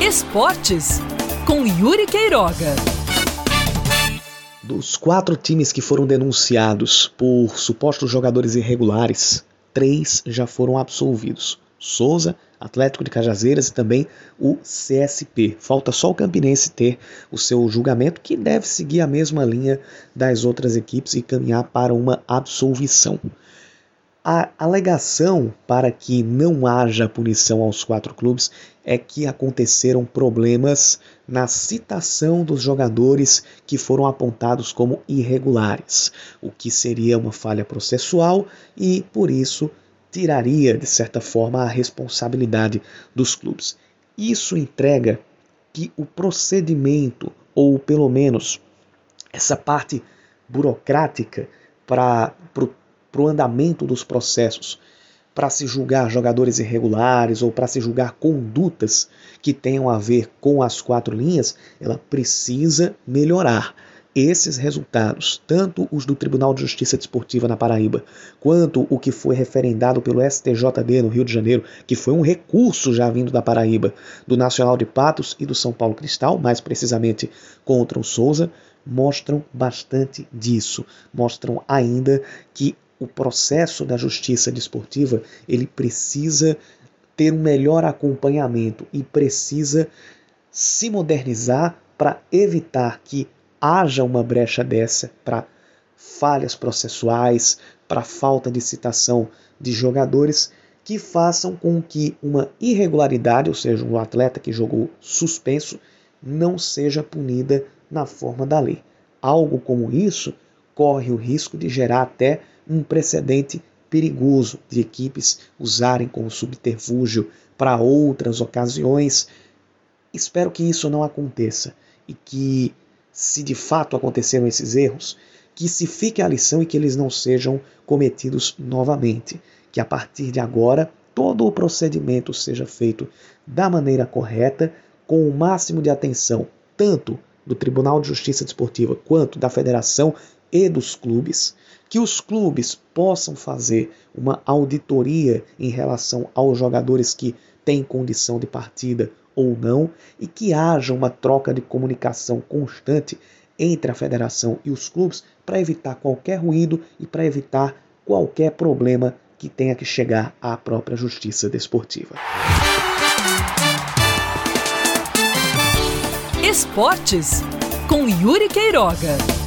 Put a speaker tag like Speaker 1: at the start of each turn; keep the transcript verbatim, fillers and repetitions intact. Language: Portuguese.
Speaker 1: Esportes, com Yuri Queiroga.
Speaker 2: Dos quatro times que foram denunciados por supostos jogadores irregulares, três já foram absolvidos. Souza, Atlético de Cajazeiras e também o C S P. Falta só o Campinense ter o seu julgamento, que deve seguir a mesma linha das outras equipes e caminhar para uma absolvição. A alegação para que não haja punição aos quatro clubes é que aconteceram problemas na citação dos jogadores que foram apontados como irregulares, o que seria uma falha processual e, por isso, tiraria, de certa forma, a responsabilidade dos clubes. Isso entrega que o procedimento, ou pelo menos essa parte burocrática para o andamento dos processos, para se julgar jogadores irregulares ou para se julgar condutas que tenham a ver com as quatro linhas, ela precisa melhorar. Esses resultados, tanto os do Tribunal de Justiça Desportiva na Paraíba, quanto o que foi referendado pelo S T J D no Rio de Janeiro, que foi um recurso já vindo da Paraíba, do Nacional de Patos e do São Paulo Cristal, mais precisamente contra o Souza, mostram bastante disso. Mostram ainda que o processo da justiça desportiva ele precisa ter um melhor acompanhamento e precisa se modernizar para evitar que haja uma brecha dessa para falhas processuais, para falta de citação de jogadores que façam com que uma irregularidade, ou seja, um atleta que jogou suspenso, não seja punida na forma da lei. Algo como isso corre o risco de gerar até um precedente perigoso de equipes usarem como subterfúgio para outras ocasiões. Espero que isso não aconteça e que, se de fato aconteceram esses erros, que se fique a lição e que eles não sejam cometidos novamente. Que a partir de agora todo o procedimento seja feito da maneira correta, com o máximo de atenção, tanto do Tribunal de Justiça Desportiva quanto da Federação e dos clubes, que os clubes possam fazer uma auditoria em relação aos jogadores que têm condição de partida ou não, e que haja uma troca de comunicação constante entre a federação e os clubes para evitar qualquer ruído e para evitar qualquer problema que tenha que chegar à própria justiça desportiva.
Speaker 1: Esportes, com Yuri Queiroga.